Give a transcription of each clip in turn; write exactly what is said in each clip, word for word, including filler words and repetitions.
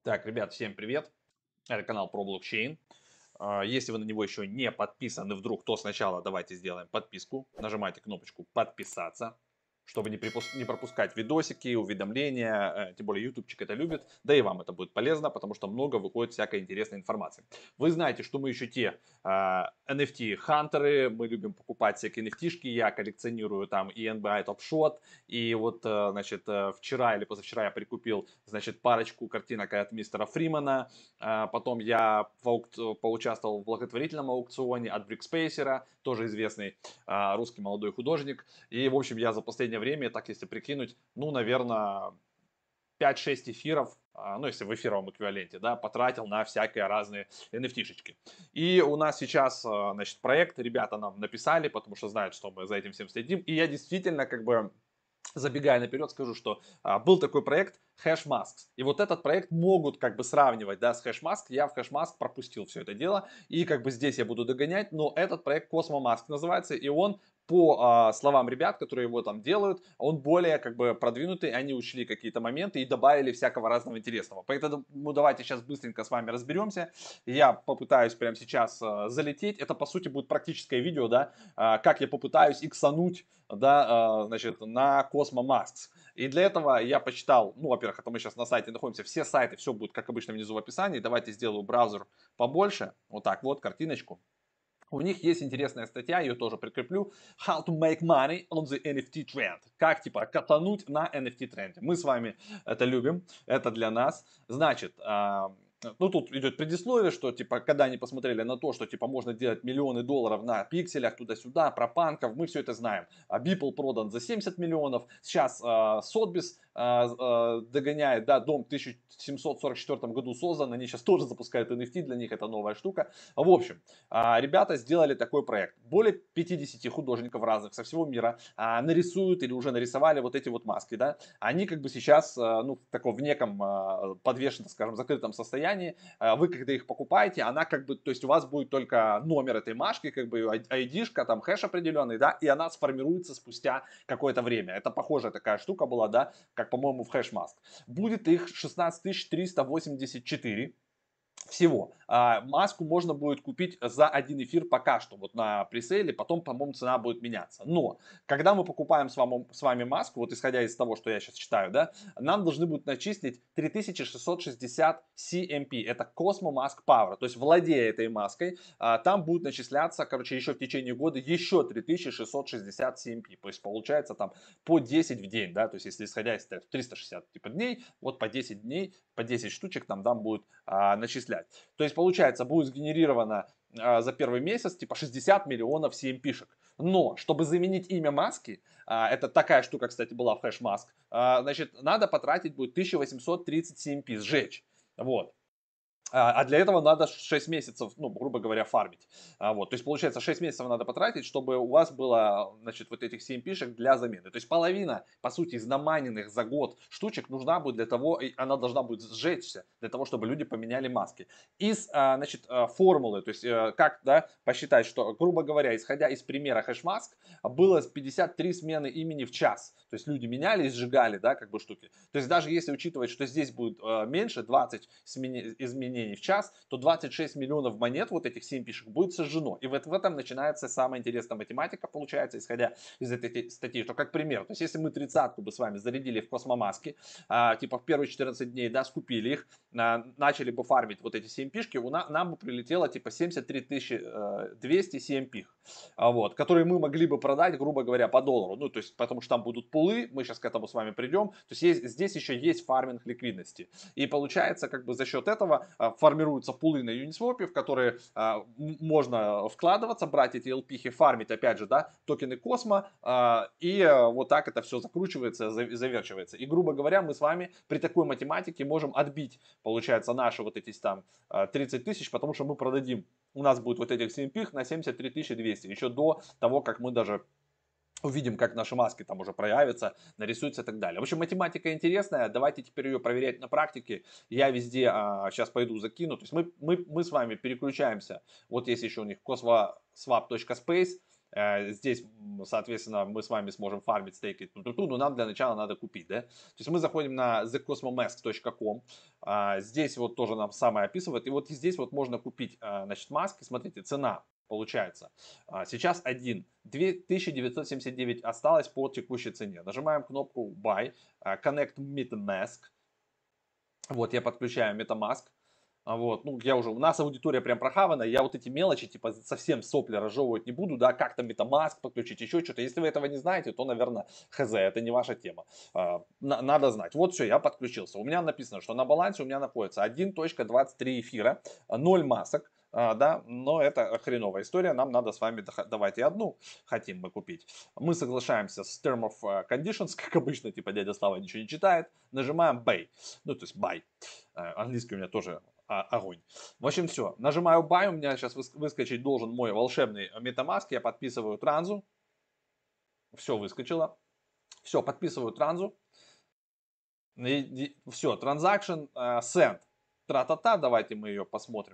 Так, ребят, всем привет. Это канал про блокчейн. А, Если вы на него еще не подписаны вдруг, то сначала давайте сделаем подписку. Нажимайте кнопочку подписаться, чтобы не, припус- не пропускать видосики, уведомления. э, Тем более ютубчик это любит. Да и вам это будет полезно, потому что много выходит всякой интересной информации. Вы знаете, что мы еще те а, эн эф ти-хантеры. Мы любим покупать всякие эн эф ти-шки. Я коллекционирую там и эн би ай Top Shot. И вот, э, значит, э, вчера или позавчера я прикупил, значит, парочку картинок от мистера Фримана. А, Потом я в аук- поучаствовал в благотворительном аукционе от Брикспейсера, тоже известный а, русский молодой художник. И, в общем, я за последнее время, так если прикинуть, ну, наверное, пять-шесть эфиров, а, ну, если в эфировом эквиваленте, да, потратил на всякие разные эн эф ти-шечки. И у нас сейчас, а, значит, проект, ребята нам написали, потому что знают, что мы за этим всем следим. И я действительно, как бы, забегая наперед, скажу, что а, был такой проект HashMasks. И вот этот проект могут как бы сравнивать, да, с HashMask. Я в HashMask пропустил все это дело. И как бы здесь я буду догонять. Но этот проект CosmoMask называется. И он по а, словам ребят, которые его там делают, он более как бы продвинутый, они учли какие-то моменты и добавили всякого разного интересного. Поэтому ну, давайте сейчас быстренько с вами разберемся. Я попытаюсь прямо сейчас а, залететь. Это по сути будет практическое видео, да, а, как я попытаюсь иксануть, да, а, значит, на Cosmo Masks. И для этого я почитал, ну, во-первых, это мы сейчас на сайте находимся, все сайты, все будет, как обычно, внизу в описании. Давайте сделаю браузер побольше. Вот так вот, картиночку. У них есть интересная статья, ее тоже прикреплю. How to make money on the эн эф ти trend. Как, типа, катануть на эн эф ти тренде. Мы с вами это любим, это для нас. Значит, а, ну тут идет предисловие, что, типа, когда они посмотрели на то, что, типа, можно делать миллионы долларов на пикселях туда-сюда, про панков, мы все это знаем. А Beeple продан за семьдесят миллионов. Сейчас а, Sotheby's а, а, догоняет, да, дом в тысяча семьсот сорок четвёртом году создан. Они сейчас тоже запускают эн эф ти, для них это новая штука. В общем, а, ребята сделали такой проект. Более пятидесяти художников разных со всего мира а, нарисуют или уже нарисовали вот эти вот маски, да. Они как бы сейчас, а, ну, в таком в неком а, подвешенном, скажем, закрытом состоянии. А, вы когда их покупаете, она как бы, то есть у вас будет только номер этой маски, как бы ай ди-шка, там хэш определенный, да, и она сформируется спустя какое-то время. Это похожая такая штука была, да, как, по-моему, в хэш-маск. Будет их шестнадцать тысяч триста восемьдесят четыре всего. А, маску можно будет купить за один эфир пока что, вот на пресейле, потом, по-моему, цена будет меняться. Но, когда мы покупаем с вами, с вами маску, вот исходя из того, что я сейчас читаю, да, нам должны будут начислить три тысячи шестьсот шестьдесят си эм пи, это Cosmo Mask Power, то есть владея этой маской, а, там будет начисляться, короче, еще в течение года еще три тысячи шестьсот шестьдесят си эм пи, то есть получается там по десять в день, да, то есть если исходя из триста шестьдесят типа дней, вот по десять дней, по десять штучек там, там будет а, начислять. То есть, получается, будет сгенерировано а, за первый месяц типа шестьдесят миллионов си эм пи-шек. Но, чтобы заменить имя маски, а, это такая штука, кстати, была в HashMask, а, значит, надо потратить будет тысяча восемьсот тридцать си эм пи, сжечь. Вот. А а для этого надо шесть месяцев, ну, грубо говоря, фармить. А, вот, то есть, получается, шесть месяцев надо потратить, чтобы у вас было, значит, вот этих си эм пи-шек для замены. То есть, половина, по сути, из намайненных за год штучек нужна будет для того, и она должна будет сжечься, для того, чтобы люди поменяли маски. Из, а, значит, а, формулы, то есть, э, как, да, посчитать, что, грубо говоря, исходя из примера HashMask, было пятьдесят три смены имени в час. То есть, люди меняли и сжигали, да, как бы штуки. То есть, даже если учитывать, что здесь будет э, меньше, двадцать смени- изменений в час, то двадцать шесть миллионов монет вот этих семь пишек будет сожжено. И вот в этом начинается самая интересная математика, получается, исходя из этой статьи. Что, как пример, то есть, если мы тридцатку бы с вами зарядили в космомаске, а, типа в первые четырнадцать дней, да, скупили их, а, начали бы фармить вот эти семь пишки, у на, нам бы прилетело типа семьдесят три тысячи двести семь пих, а, вот, которые мы могли бы продать, грубо говоря, по доллару. Ну, то есть, потому что там будут пулы, мы сейчас к этому с вами придем. То есть, есть здесь еще есть фарминг ликвидности. И получается, как бы за счет этого а, формируются пулы на Uniswap, в которые а, можно вкладываться, брать эти эл пи, фармить, опять же, да, токены Космо, а, и а, вот так это все закручивается, заверчивается. И, грубо говоря, мы с вами при такой математике можем отбить, получается, наши вот эти там а, тридцать тысяч, потому что мы продадим, у нас будет вот этих семь пих на семьдесят три тысячи двести, еще до того, как мы даже увидим, как наши маски там уже проявятся, нарисуются и так далее. В общем, математика интересная, давайте теперь ее проверять на практике. Я везде а, сейчас пойду закину. То есть мы, мы, мы с вами переключаемся. Вот есть еще у них cosmoswap точка space. Э, здесь, м, соответственно, мы с вами сможем фармить, стейкать, ту-ту-ту, но нам для начала надо купить, да. То есть мы заходим на the cosmomask точка com, а, здесь вот тоже нам самое описывает, и вот здесь вот можно купить, а, значит, маски, смотрите, цена получается. А, сейчас один, две тысячи девятьсот семьдесят девять осталось по текущей цене. Нажимаем кнопку Buy, а, Connect MetaMask. Вот, я подключаю MetaMask. А, Вот, ну, я уже, у нас аудитория прям прохавана, я вот эти мелочи, типа, совсем сопли разжевывать не буду, да, как там MetaMask подключить, еще что-то. Если вы этого не знаете, то, наверное, хз, это не ваша тема. А, на- надо знать. Вот все, я подключился. У меня написано, что на балансе у меня находится один целых двадцать три эфира, ноль масок, а, да, но это хреновая история, нам надо с вами, дох- давайте одну хотим мы купить. Мы соглашаемся с Term of э, Conditions, как обычно, типа дядя Слава ничего не читает, нажимаем Buy, ну, то есть Buy. Э, Английский у меня тоже а, огонь. В общем, все. Нажимаю Buy, у меня сейчас выскочить должен мой волшебный MetaMask, я подписываю транзу. Все выскочило. Все, подписываю транзу. Все, Transaction э, Send. Тра-та-та, давайте мы ее посмотрим.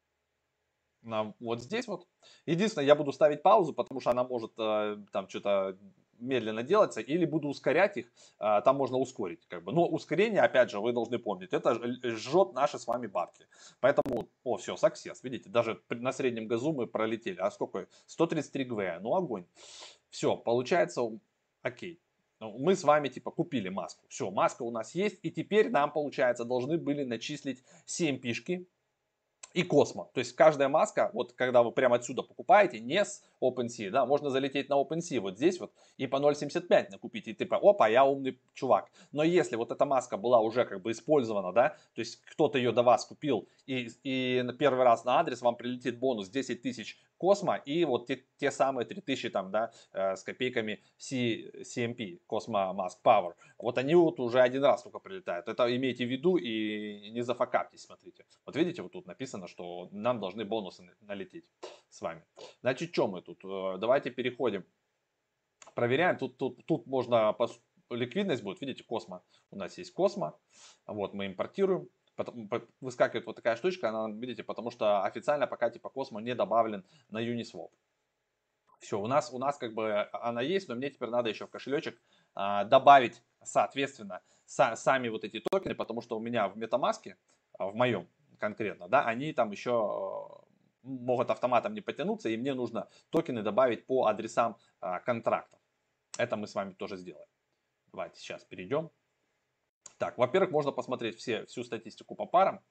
На, вот здесь вот. Единственное, я буду ставить паузу, потому что она может э, там что-то медленно делаться, или буду ускорять их, э, там можно ускорить. Как бы. Но ускорение, опять же, вы должны помнить, это ж- жжет наши с вами бабки. Поэтому, о, все, success, видите, даже при- на среднем газу мы пролетели. А сколько? сто тридцать три гв, ну огонь. Все, получается, окей. Ну, мы с вами типа купили маску. Все, маска у нас есть, и теперь нам, получается, должны были начислить семь пишки и Космо. То есть каждая маска, вот когда вы прямо отсюда покупаете, не с OpenSea, да, можно залететь на OpenSea вот здесь вот и по ноль семьдесят пять накупить, и типа, опа, я умный чувак. Но если вот эта маска была уже как бы использована, да, то есть кто-то ее до вас купил, и, и на первый раз на адрес вам прилетит бонус десять тысяч Космо и вот те, те самые три тысячи там, да, э, с копейками C, си эм пи, Cosmo Mask Power. Вот они вот уже один раз только прилетают. Это имейте в виду и не зафакаптесь, смотрите. Вот видите, вот тут написано, что нам должны бонусы налететь с вами. Значит, что мы тут? Э, Давайте переходим, проверяем. Тут, тут, тут можно, пос- ликвидность будет, видите, Космо. У нас есть Космо. Вот мы импортируем. Потом, по- выскакивает вот такая штучка, она, видите, потому что официально пока типа Космо не добавлен на Uniswap. Все, у нас, у нас как бы она есть, но мне теперь надо еще в кошелечек а, добавить, соответственно, са- сами вот эти токены, потому что у меня в MetaMask, а, в моем конкретно, да, они там еще э, могут автоматом не потянуться, и мне нужно токены добавить по адресам а, контрактов. Это мы с вами тоже сделаем. Давайте сейчас перейдем. Так, во-первых, можно посмотреть все, всю статистику по парам.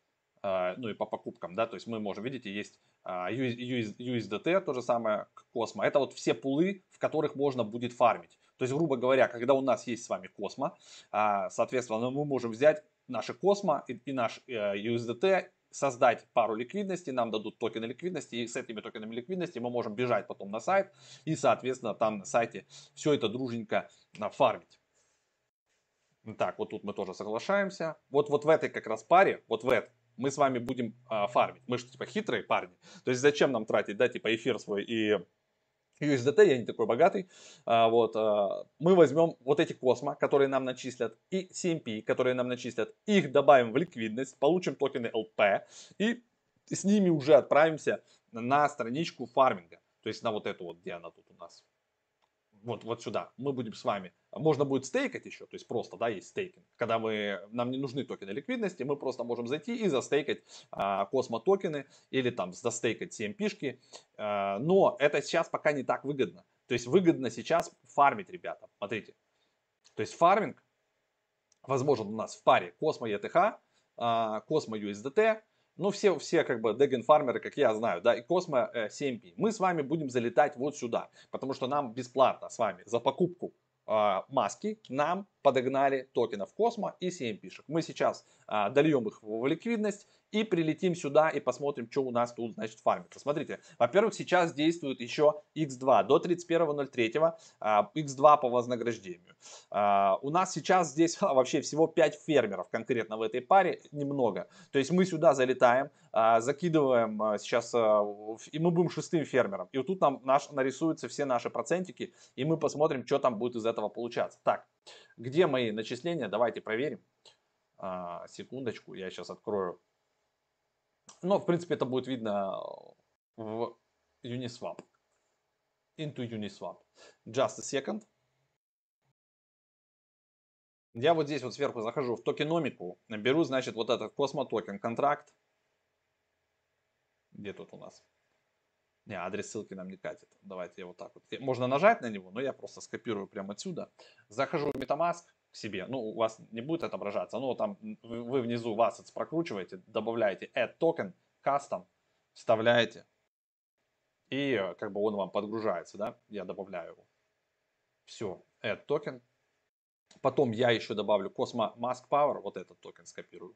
А, ну и по покупкам, да, то есть мы можем, видите, есть а, ю эс ди ти, то же самое, Космо, это вот все пулы, в которых можно будет фармить. То есть, грубо говоря, когда у нас есть с вами Космо, а, соответственно, мы можем взять наши Космо и, и наш э, ю эс ди ти, создать пару ликвидности, нам дадут токены ликвидности, и с этими токенами ликвидности мы можем бежать потом на сайт, и, соответственно, там на сайте все это дружненько а, фармить. Так, вот тут мы тоже соглашаемся. Вот, вот в этой как раз паре, вот в этой, мы с вами будем а, фармить. Мы же типа хитрые парни. То есть зачем нам тратить, да, типа эфир свой и ю эс ди ти, я не такой богатый. А, вот, а, мы возьмем вот эти Космо, которые нам начислят, и си эм пи, которые нам начислят, их добавим в ликвидность, получим токены эл пи и с ними уже отправимся на страничку фарминга. То есть на вот эту вот, где она тут у нас вот, вот сюда, мы будем с вами, можно будет стейкать еще, то есть просто, да, есть стейкинг, когда мы, нам не нужны токены ликвидности, мы просто можем зайти и застейкать а, космо токены или там застейкать си эм пи-шки, а, но это сейчас пока не так выгодно, то есть выгодно сейчас фармить, ребята, смотрите, то есть фарминг возможен у нас в паре Cosmo и и ти эйч, а, Cosmo ю эс ди ти, ну все, все как бы деген фармеры, как я знаю, да, и Cosmo э, си эм пи. Мы с вами будем залетать вот сюда, потому что нам бесплатно с вами за покупку а, маски нам подогнали токенов Cosmo и си эм пи-шек. Мы сейчас а, дольем их в ликвидность и прилетим сюда и посмотрим, что у нас тут, значит, фармится. Смотрите, во-первых, сейчас действует еще икс два до тридцать первого ноль третьего, а, икс два по вознаграждению. А, у нас сейчас здесь вообще всего пять фермеров конкретно в этой паре, немного. То есть мы сюда залетаем, а, закидываем а, сейчас, а, и мы будем шестым фермером. И вот тут нам наш, нарисуются все наши процентики, и мы посмотрим, что там будет из этого получаться. Так, где мои начисления? Давайте проверим. А, секундочку, я сейчас открою. Ну, в принципе, это будет видно в Uniswap. into Uniswap. Just a second. Я вот здесь вот сверху захожу в токеномику, беру, значит, вот этот Cosmo токен контракт. Где тут у нас? Не, адрес ссылки нам не катит. Давайте я вот так вот. Можно нажать на него, но я просто скопирую прямо отсюда. Захожу в MetaMask к себе. Ну, у вас не будет отображаться. Ну, там вы внизу в assets прокручиваете, добавляете add token, custom, вставляете. И как бы он вам подгружается, да? Я добавляю его. Все, add token. Потом я еще добавлю Cosmo Mask Power. Вот этот токен скопирую.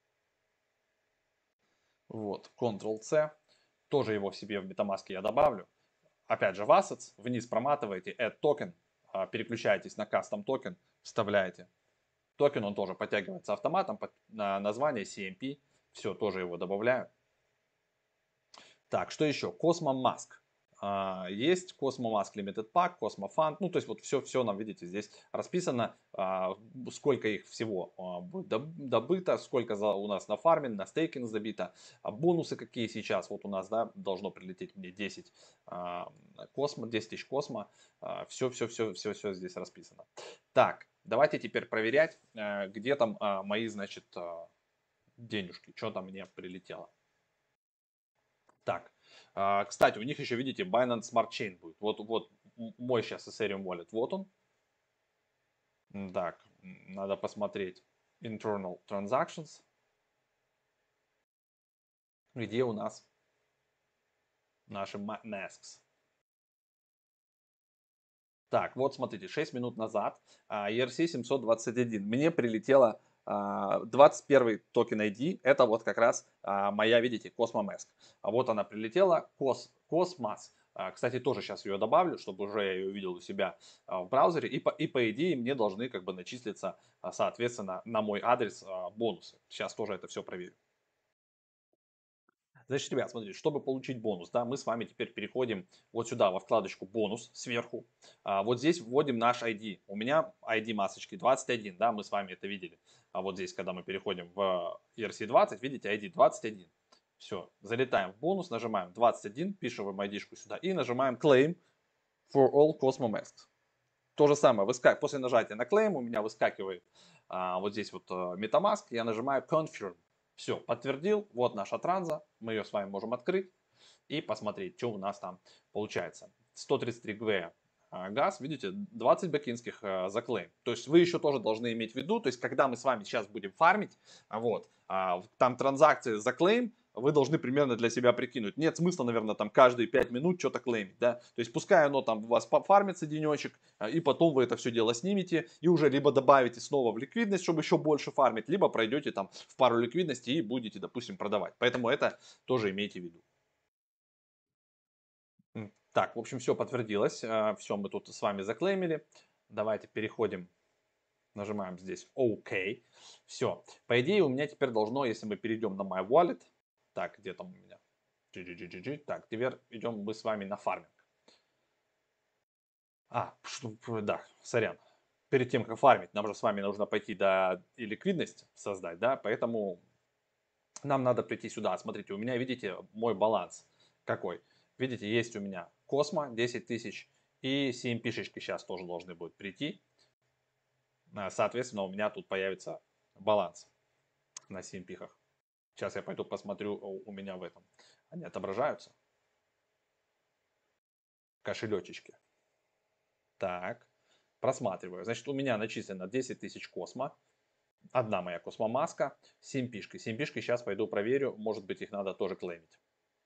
Вот, контрол-C. Тоже его в себе в MetaMask я добавлю. Опять же в Assets, вниз проматываете, Add Token, переключаетесь на Custom Token, вставляете. Токен, он тоже подтягивается автоматом, под название си эм пи. Все, тоже его добавляю. Так, что еще? Cosmo Mask. А, есть Cosmo Mask Limited Pack, Cosmo Fund. Ну, то есть вот все, все нам, видите, здесь расписано, а, сколько их всего а, будет добыто, сколько за, у нас на фарминг, на стейкинг забито, а бонусы какие сейчас. Вот у нас, да, должно прилететь мне десять а, Cosmo, десять тысяч Cosmo. А, все, все, все, все, все здесь расписано. Так, давайте теперь проверять, а, где там а, мои, значит, а, денежки, что там мне прилетело. Так, а, кстати, у них еще, видите, Binance Smart Chain будет. Вот, вот мой сейчас Ethereum Wallet, вот он. Так, надо посмотреть Internal Transactions. Где у нас наши masks. Так, вот смотрите, шесть минут назад и эр си семьсот двадцать один. Мне прилетело двадцать первый токен ай ди. Это вот как раз моя, видите, Cosmo Mask. А вот она прилетела, Cos, Cosmos. Кстати, тоже сейчас ее добавлю, чтобы уже я ее увидел у себя в браузере. И по, и по идее мне должны как бы начислиться, соответственно, на мой адрес бонусы. Сейчас тоже это все проверю. Значит, ребят, смотрите, чтобы получить бонус, да, мы с вами теперь переходим вот сюда, во вкладочку «Бонус» сверху. А, вот здесь вводим наш ай ди. У меня ай ди масочки двадцать один, да, мы с вами это видели. А вот здесь, когда мы переходим в и эр си двадцать, видите, ай ди двадцать один. Все, залетаем в бонус, нажимаем двадцать один, пишем ай ди-шку сюда и нажимаем «Claim for all Cosmo Masks». То же самое, выскак... после нажатия на Claim у меня выскакивает а, вот здесь вот а, MetaMask, я нажимаю Confirm. Все, подтвердил, вот наша транза, мы ее с вами можем открыть и посмотреть, что у нас там получается. сто тридцать три джи газ, видите, двадцать бакинских э, за клейм. То есть вы еще тоже должны иметь в виду, то есть когда мы с вами сейчас будем фармить, вот, а, там транзакции за клейм, вы должны примерно для себя прикинуть. Нет смысла, наверное, там каждые пять минут что-то клеймить, да. То есть пускай оно там у вас пофармится денечек, и потом вы это все дело снимете, и уже либо добавите снова в ликвидность, чтобы еще больше фармить, либо пройдете там в пару ликвидности и будете, допустим, продавать. Поэтому это тоже имейте в виду. Так, в общем, все подтвердилось. Все, мы тут с вами заклеймили. Давайте переходим. Нажимаем здесь ОК. Все. По идее, у меня теперь должно, если мы перейдем на My Wallet. Так, где там у меня? джи джи джи джи джи. Так, теперь идем мы с вами на фарминг. А, что, да, сорян. Перед тем, как фармить, нам же с вами нужно пойти да, и ликвидность создать, да, поэтому нам надо прийти сюда. Смотрите, у меня, видите, мой баланс какой. Видите, есть у меня Космо десять тысяч и си эм пи-шечки сейчас тоже должны будут прийти. Соответственно, у меня тут появится баланс на си эм пи-хах. Сейчас я пойду посмотрю у меня в этом. Они отображаются. Кошелечечки. Так, просматриваю. Значит, у меня начислено десять тысяч Космо. Одна моя Космомаска, си эм пи-шки. си эм пи-шки сейчас пойду проверю, может быть их надо тоже клеймить.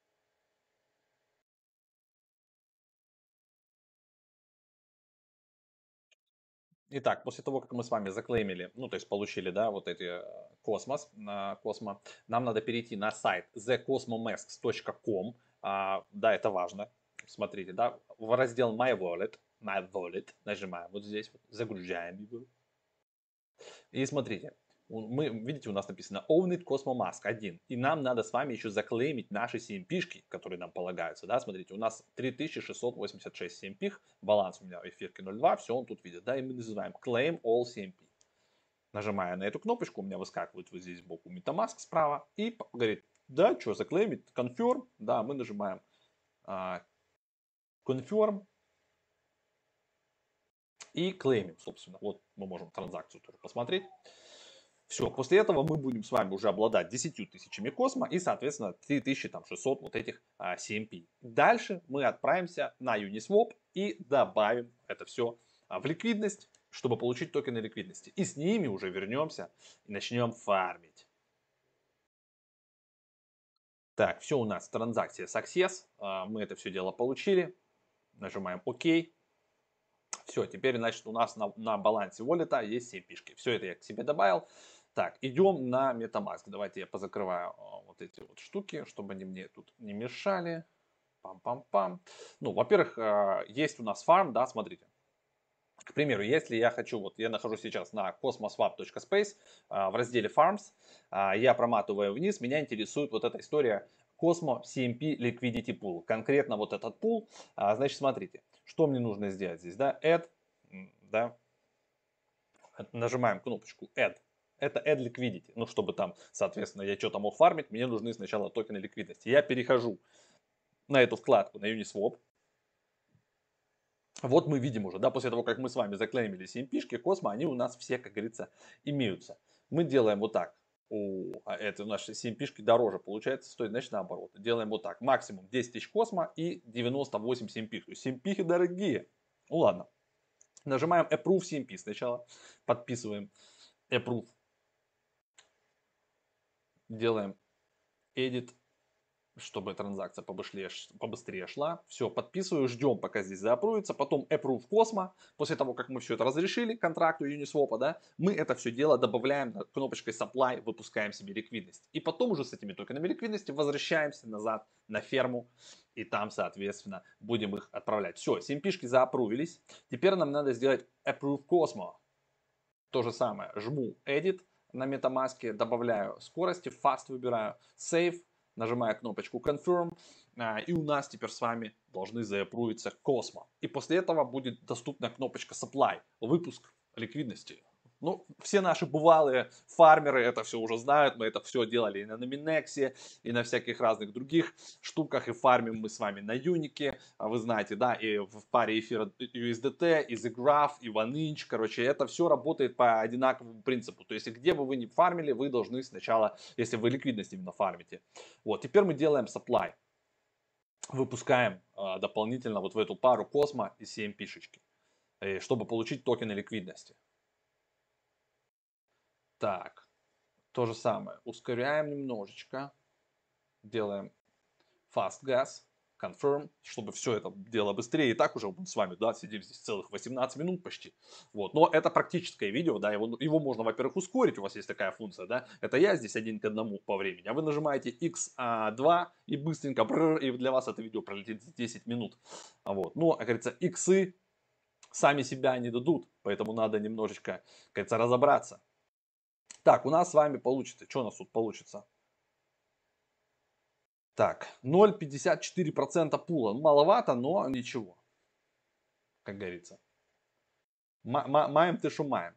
Итак, после того, как мы с вами заклеймили, ну, то есть получили, да, вот эти э, космос, на Космо, нам надо перейти на сайт the cosmomasks точка com. А, да, это важно. Смотрите, да, в раздел My Wallet, My Wallet, нажимаем вот здесь, вот, загружаем его. И смотрите, мы, видите, у нас написано Own it Cosmo Mask один. И нам надо с вами еще заклеймить наши си эм пи-шки, которые нам полагаются. Да? Смотрите, у нас три тысячи шестьсот восемьдесят шесть си эм пи, баланс у меня эфирки ноль два, все он тут видит. Да? И мы называем Claim All си эм пи. Нажимая на эту кнопочку, у меня выскакивает вот здесь сбоку MetaMask справа. И говорит, да, что, заклеймить, Confirm. Да, мы нажимаем uh, Confirm. И клеймим, собственно. Вот мы можем транзакцию тоже посмотреть. Все, после этого мы будем с вами уже обладать десятью тысячами Космо и, соответственно, три тысячи шестьсот вот этих а, си эм пи. Дальше мы отправимся на Uniswap и добавим это все а, в ликвидность, чтобы получить токены ликвидности. И с ними уже вернемся и начнем фармить. Так, все у нас, транзакция success. А, мы это все дело получили. Нажимаем ОК. Все, теперь, значит, у нас на, на балансе воллета есть семь пишки. Все это я к себе добавил. Так, идем на MetaMask. Давайте я позакрываю а, вот эти вот штуки, чтобы они мне тут не мешали. Пам-пам-пам. Ну, во-первых, а, есть у нас фарм, да, смотрите. К примеру, если я хочу, вот я нахожусь сейчас на cosmoswap точка space а, в разделе Farms, а, я проматываю вниз, меня интересует вот эта история Cosmo си эм пи Liquidity Pool. Конкретно вот этот пул, а, значит, смотрите, что мне нужно сделать здесь, да, Add, да, нажимаем кнопочку Add. Это Add Liquidity. Ну, чтобы там, соответственно, я что-то мог фармить, мне нужны сначала токены ликвидности. Я перехожу на эту вкладку, на Uniswap. Вот мы видим уже, да, после того, как мы с вами заклеймили си эм пи-шки, Космо, они у нас все, как говорится, имеются. Мы делаем вот так. О, а это наши си эм пи-шки дороже, получается, стоит, значит, наоборот. Делаем вот так. Максимум десять тысяч Космо и девяносто восемь си эм пи. То есть си эм пи дорогие. Ну ладно. Нажимаем Approve си эм пи сначала. Подписываем Approve. Делаем Edit, чтобы транзакция побыстрее, побыстрее шла. Все, подписываю, ждем, пока здесь зааппруется. Потом Approve Cosmo. После того, как мы все это разрешили, контракту Uniswap, да, мы это все дело добавляем кнопочкой Supply, выпускаем себе ликвидность. И потом уже с этими токенами ликвидности возвращаемся назад на ферму. И там, соответственно, будем их отправлять. Все, си эм пи-шки зааппрувились. Теперь нам надо сделать Approve Cosmo. То же самое. Жму Edit на MetaMask, добавляю скорости, Fast выбираю, Save, нажимаю кнопочку Confirm, и у нас теперь с вами должны зааппруиться Cosmo. И после этого будет доступна кнопочка Supply, выпуск ликвидности. Ну, все наши бывалые фармеры это все уже знают, мы это все делали и на Nominex, и на всяких разных других штуках, и фармим мы с вами на Юнике, вы знаете, да, и в паре эфира ю эс ди ти, и The Graph, и OneInch, короче, это все работает по одинаковому принципу, то есть где бы вы ни фармили, вы должны сначала, если вы ликвидность именно фармите. Вот, теперь мы делаем supply, выпускаем а, дополнительно вот в эту пару Cosmo и си эм пи-шечки, чтобы получить токены ликвидности. Так, то же самое. Ускоряем немножечко. Делаем Fast Gas. Confirm, чтобы все это дело быстрее. И так уже мы с вами, да, сидим здесь целых восемнадцать минут почти. Вот. Но это практическое видео, да, его, его можно, во-первых, ускорить, у вас есть такая функция, да. Это я здесь один к одному по времени. А вы нажимаете икс два и быстренько, бррр, и для вас это видео пролетит за десять минут. Вот. Ну, как говорится, иксы сами себя не дадут, поэтому надо немножечко, как говорится, разобраться. Так, у нас с вами получится. Что у нас тут получится? Так, ноль целых пятьдесят четыре сотых процента пула. Ну, маловато, но ничего. Как говорится. Маем ты шо маем.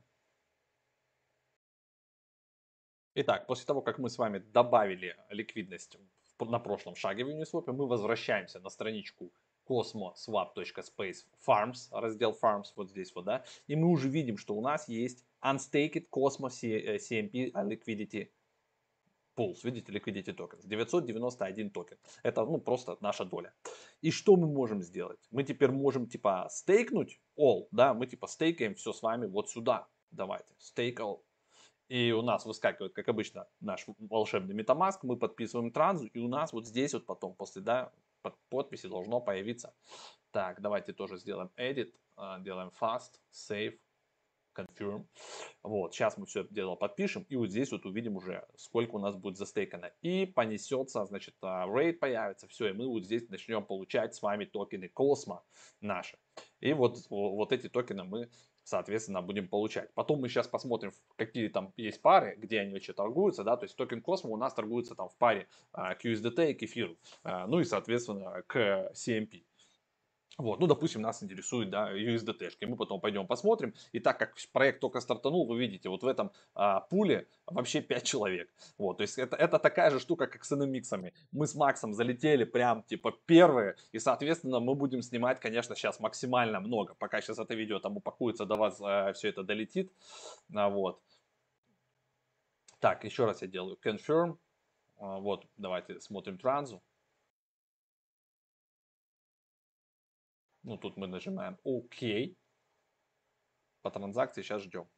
Итак, после того, как мы с вами добавили ликвидность на прошлом шаге в Uniswap, мы возвращаемся на страничку cosmoswap точка space farms, раздел farms вот здесь вот, да, и мы уже видим, что у нас есть unstaked Cosmo си эм пи liquidity Pools, видите, liquidity tokens, девятьсот девяносто один токен. Это, ну, просто наша доля. И что мы можем сделать? Мы теперь можем, типа, стейкнуть all, да, мы, типа, стейкаем все с вами вот сюда. Давайте, stake all. И у нас выскакивает, как обычно, наш волшебный MetaMask, мы подписываем транзу, и у нас вот здесь вот потом, после, да, подписи должно появиться. Так, давайте тоже сделаем edit, делаем fast, save, confirm. Вот, сейчас мы все это дело подпишем, и вот здесь вот увидим уже, сколько у нас будет застейкано. И понесется, значит, рейд появится, все, и мы вот здесь начнем получать с вами токены Cosmo наши. И вот, вот эти токены мы, соответственно, будем получать. Потом мы сейчас посмотрим, какие там есть пары, где они вообще торгуются, да, то есть токен Cosmo у нас торгуется там в паре кью эс ди ти и к эфиру, ну и, соответственно, к си эм пи. Вот, ну, допустим, нас интересует, да, ю эс ди ти-шки, мы потом пойдем посмотрим. И так как проект только стартанул, вы видите, вот в этом а, пуле вообще пять человек. Вот, то есть это, это такая же штука, как с эн эм иксами. Мы с Максом залетели прям, типа, первые, и, соответственно, мы будем снимать, конечно, сейчас максимально много. Пока сейчас это видео там упакуется, до вас а, все это долетит. А, вот. Так, еще раз я делаю confirm. А, вот, давайте смотрим транзу. Ну, тут мы нажимаем ОК. По транзакции сейчас ждем.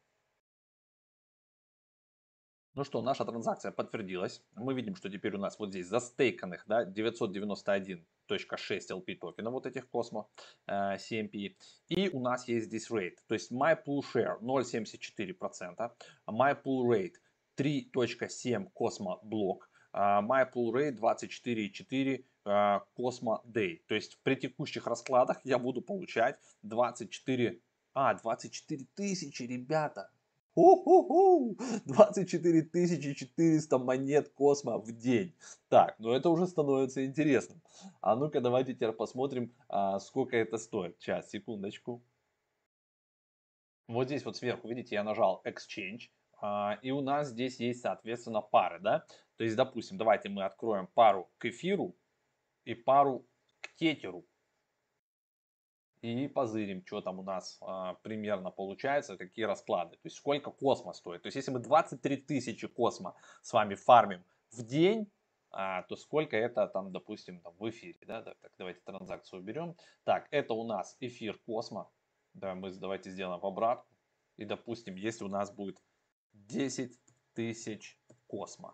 Ну что, наша транзакция подтвердилась. Мы видим, что теперь у нас вот здесь застейканных, да, девятьсот девяносто один точка шесть эл пи токенов вот этих Cosmo э, си эм пи. И у нас есть здесь rate. То есть my pool share ноль целых семьдесят четыре сотых процента, my pool rate три точка семь Cosmo блок, my pool rate двадцать четыре и четыре Cosmo day. То есть при текущих раскладах я буду получать двадцать четыре, а, двадцать четыре тысячи, ребята. Ху-ху-ху! двадцать четыре тысячи четыреста монет Космо в день. Так, ну это уже становится интересным. А ну-ка давайте теперь посмотрим, а, сколько это стоит. Сейчас, секундочку. Вот здесь вот сверху, видите, я нажал Exchange. а, И у нас здесь есть, соответственно, пары, да? То есть, допустим, давайте мы откроем пару к эфиру и пару к тетеру. И позырим, что там у нас а, примерно получается, какие расклады. То есть сколько Космо стоит. То есть если мы двадцать три тысячи Космо с вами фармим в день, а, то сколько это там, допустим, там, в эфире. Да? Так, так, давайте транзакцию уберем. Так, это у нас эфир Космо. Да, мы давайте сделаем в обратку. И допустим, если у нас будет десять тысяч Космо.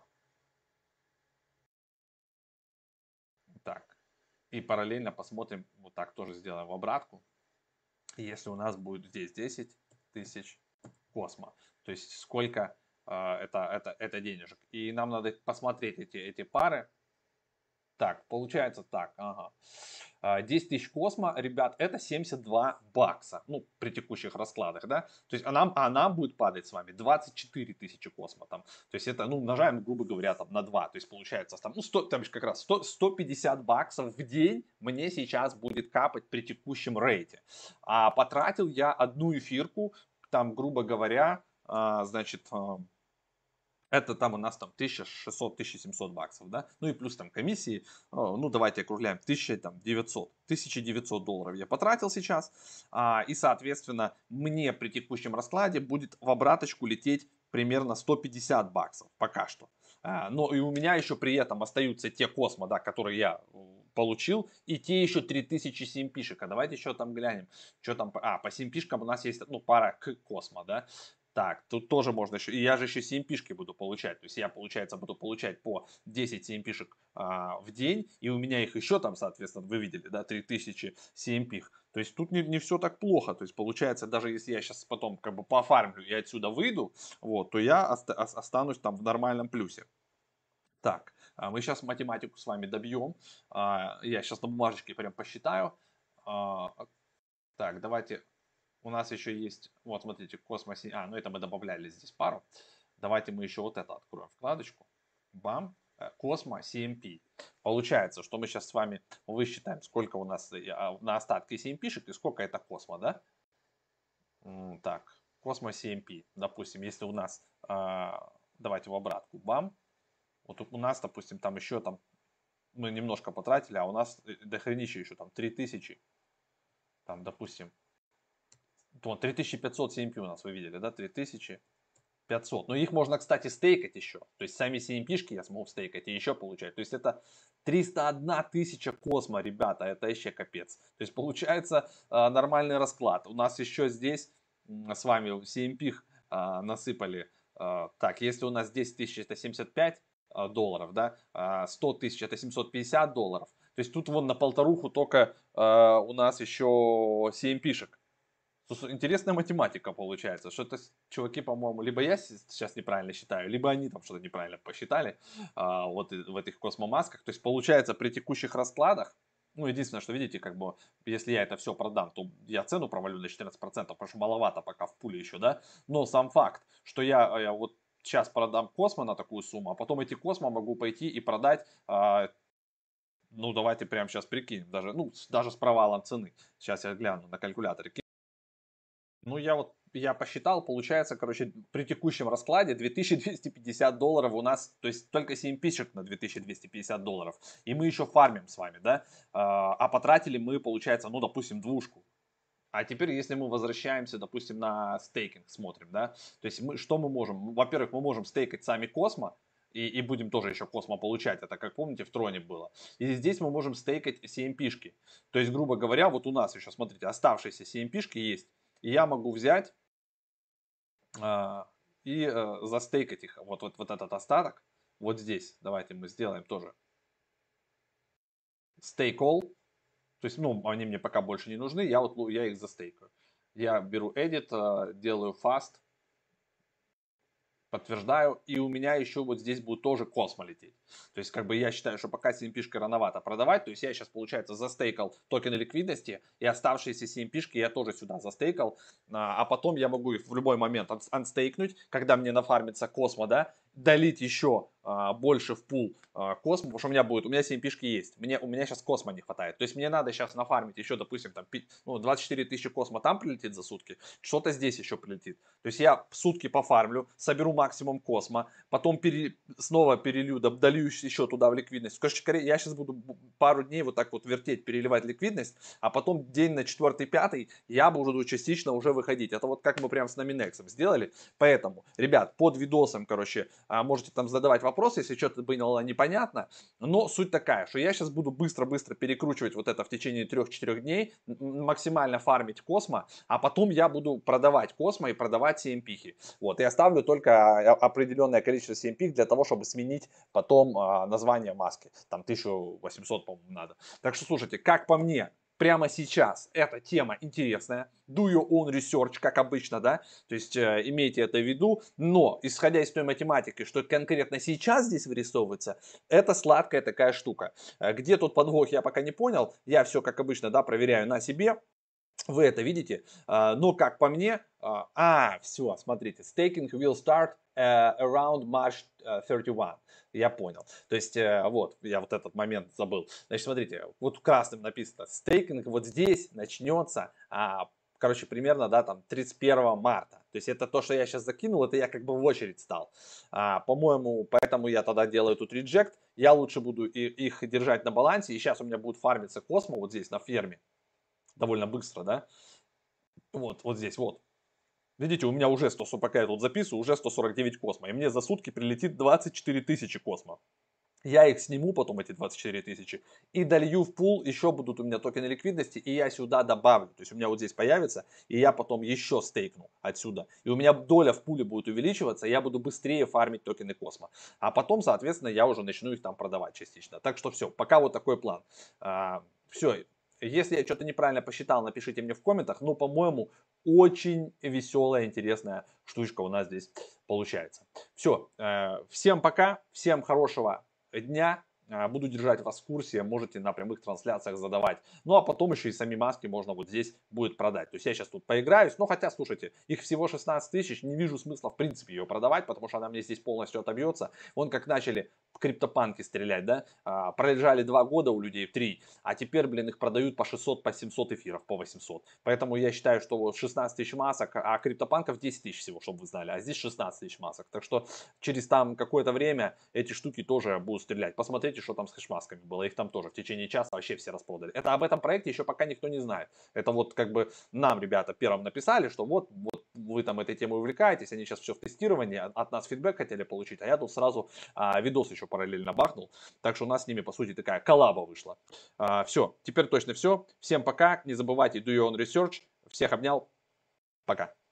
Так, и параллельно посмотрим, вот так тоже сделаем в обратку. Если у нас будет здесь десять тысяч Космо, то есть сколько э, это, это, это денежек. И нам надо посмотреть эти, эти пары. Так, получается так, ага. А, десять тысяч Космо, ребят, это семьдесят два бакса, ну, при текущих раскладах, да. То есть, а нам, а нам будет падать с вами двадцать четыре тысячи Космо там. То есть, это, ну, умножаем, грубо говоря, там на два. То есть, получается, там, ну, сто, там как раз сто, сто пятьдесят баксов в день мне сейчас будет капать при текущем рейте. А потратил я одну эфирку, там, грубо говоря, а, значит, а, это там у нас там тысяча шестьсот - тысяча семьсот баксов, да, ну и плюс там комиссии, ну давайте округляем, тысяча девятьсот, тысяча девятьсот долларов я потратил сейчас, а, и соответственно мне при текущем раскладе будет в обраточку лететь примерно сто пятьдесят баксов пока что. А, но и у меня еще при этом остаются те Космо, да, которые я получил, и те еще три тысячи си эм пи-шек. А давайте еще там глянем, что там, а, по си эм пи-шкам у нас есть, ну, пара к Космо, да. Так, тут тоже можно еще, и я же еще си эм пи-шки буду получать, то есть я, получается, буду получать по десять си эм пи-шек а, в день, и у меня их еще там, соответственно, вы видели, да, три тысячи си эм пи-х. То есть тут не, не все так плохо, то есть получается, даже если я сейчас потом как бы пофармлю и отсюда выйду, вот, то я оста- останусь там в нормальном плюсе. Так, а, мы сейчас математику с вами добьем, а, я сейчас на бумажечке прям посчитаю. А, Так, давайте у нас еще есть, вот смотрите, Космос, а, ну это мы добавляли здесь пару. Давайте мы еще вот это откроем вкладочку. Бам, Космо си эм пи. Получается, что мы сейчас с вами высчитаем, сколько у нас э, а, на остатке си эм пи-шек и сколько это Космо, да? М, Так, Космо си эм пи. Допустим, если у нас, а, давайте в обратку, бам. Вот у нас, допустим, там еще там, мы немножко потратили, а у нас э, дохренища еще там три тысячи, там, допустим, вот три тысячи пятьсот си эм пи у нас, вы видели, да, три тысячи пятьсот. Но их можно, кстати, стейкать еще. То есть сами си эм пи-шки я смогу стейкать и еще получать. То есть это триста одна тысяча Космо, ребята, это еще капец. То есть получается э, нормальный расклад. У нас еще здесь м, с вами си эм пи э, насыпали. Э, так, если у нас десять тысяч это семьдесят пять э, долларов, да, э, сто тысяч это семьсот пятьдесят долларов. То есть тут вон на полторуху только э, у нас еще си эм пи-шек. Слушай, интересная математика получается, что это чуваки, по-моему, либо я сейчас неправильно считаю, либо они там что-то неправильно посчитали а, вот и- в этих космомасках. То есть получается при текущих раскладах, ну единственное, что видите, как бы, если я это все продам, то я цену провалю на четырнадцать процентов, потому что маловато пока в пуле еще, да. Но сам факт, что я, я вот сейчас продам Космо на такую сумму, а потом эти Космо могу пойти и продать а, Ну, давайте прямо сейчас прикинем, даже, ну, с- даже с провалом цены. Сейчас я гляну на калькуляторе. Ки- Ну, я вот, я посчитал, получается, короче, при текущем раскладе две тысячи двести пятьдесят долларов у нас, то есть только семь пишек на две тысячи двести пятьдесят долларов. И мы еще фармим с вами, да? А а потратили мы, получается, ну, допустим, двушку. А теперь, если мы возвращаемся, допустим, на стейкинг, смотрим, да, то есть мы, что мы можем? Во-первых, мы можем стейкать сами Космо, и, и будем тоже еще Космо получать, это, как помните, в Троне было. И здесь мы можем стейкать си эм пи-шки. То есть, грубо говоря, вот у нас еще, смотрите, оставшиеся си эм пи-шки есть. И я могу взять а, и э, застейкать их, вот, вот, вот этот остаток, вот здесь. Давайте мы сделаем тоже stake all. То есть, ну, они мне пока больше не нужны, я вот, ну, я их застейкаю. Я беру edit, э, делаю fast, подтверждаю, и у меня еще вот здесь будет тоже Космо лететь. То есть, как бы я считаю, что пока си эм пи-шкой рановато продавать, то есть я сейчас, получается, застейкал токены ликвидности, и оставшиеся си эм пи-шки я тоже сюда застейкал, а, а потом я могу их в любой момент анстейкнуть, когда мне нафармится Космо, да, долить еще а, больше в пул а, Космо, потому что у меня будет, у меня си эм пи-шки есть, мне, у меня сейчас Космо не хватает, то есть мне надо сейчас нафармить еще, допустим, там, ну, двадцать четыре тысячи Космо там прилетит за сутки, что-то здесь еще прилетит, то есть я сутки пофармлю, соберу максимум Космо, потом пере, снова перелью, долью еще туда в ликвидность. Короче, я сейчас буду пару дней вот так вот вертеть, переливать ликвидность, а потом день на четвертый-пятый я буду частично уже выходить. Это вот как мы прям с Nominex сделали. Поэтому, ребят, под видосом, короче, можете там задавать вопросы, если что-то было непонятно. Но суть такая, что я сейчас буду быстро-быстро перекручивать вот это в течение трех-четырех дней, максимально фармить Космо, а потом я буду продавать Космо и продавать си эм пи. Вот, и оставлю только определенное количество си эм пи для того, чтобы сменить потом а, название маски. Там тысяча восемьсот, по-моему, надо. Так что, слушайте, как по мне, прямо сейчас эта тема интересная. Do your own research, как обычно, да, то есть э, имейте это в виду, но исходя из той математики, что конкретно сейчас здесь вырисовывается, это сладкая такая штука. Э, Где тут подвох, я пока не понял, я все, как обычно, да, проверяю на себе, вы это видите, а, но как по мне, а, а, все, смотрите, staking will start uh, around March thirty-one. Я понял. То есть, э, вот, я вот этот момент забыл. Значит, смотрите, вот красным написано, стейкинг вот здесь начнется, а, короче, примерно, да, там, тридцать первого марта. То есть, это то, что я сейчас закинул, это я как бы в очередь стал. А, по-моему, поэтому я тогда делаю тут реджект. Я лучше буду их держать на балансе, и сейчас у меня будет фармиться Космо вот здесь на ферме довольно быстро, да, вот, вот здесь, вот. Видите, у меня уже сто, пока я тут записываю, уже сто сорок девять Космо, и мне за сутки прилетит двадцать четыре тысячи Космо. Я их сниму потом, эти двадцать четыре тысячи, и долью в пул, еще будут у меня токены ликвидности, и я сюда добавлю. То есть у меня вот здесь появится, и я потом еще стейкну отсюда. И у меня доля в пуле будет увеличиваться, и я буду быстрее фармить токены Космо. А потом, соответственно, я уже начну их там продавать частично. Так что все, пока вот такой план. А, все, если я что-то неправильно посчитал, напишите мне в комментах. Но, по-моему, очень веселая, интересная штучка у нас здесь получается. Все, э, всем пока, всем хорошего дня. А, Буду держать вас в курсе, можете на прямых трансляциях задавать. Ну а потом еще и сами маски можно вот здесь будет продать. То есть я сейчас тут поиграюсь, но хотя, слушайте, их всего шестнадцать тысяч, не вижу смысла в принципе ее продавать, потому что она мне здесь полностью отобьется. Вон как начали криптопанки стрелять, да, а, пролежали два года у людей, три, а теперь, блин, их продают по шестьсот, по семьсот эфиров, по восемьсот. Поэтому я считаю, что вот шестнадцать тысяч масок, а криптопанков десять тысяч всего, чтобы вы знали, а здесь шестнадцать тысяч масок. Так что через там какое-то время эти штуки тоже будут стрелять. Посмотрите, что там с хэшмасками было. Их там тоже в течение часа вообще все распродали. Это об этом проекте еще пока никто не знает. Это вот как бы нам ребята первым написали, что вот, вот вы там этой темой увлекаетесь, они сейчас все в тестировании, от нас фидбэк хотели получить, а я тут сразу а, видос еще параллельно бахнул. Так что у нас с ними, по сути, такая коллаба вышла. А, все, теперь точно все. Всем пока. Не забывайте do your own research. Всех обнял. Пока.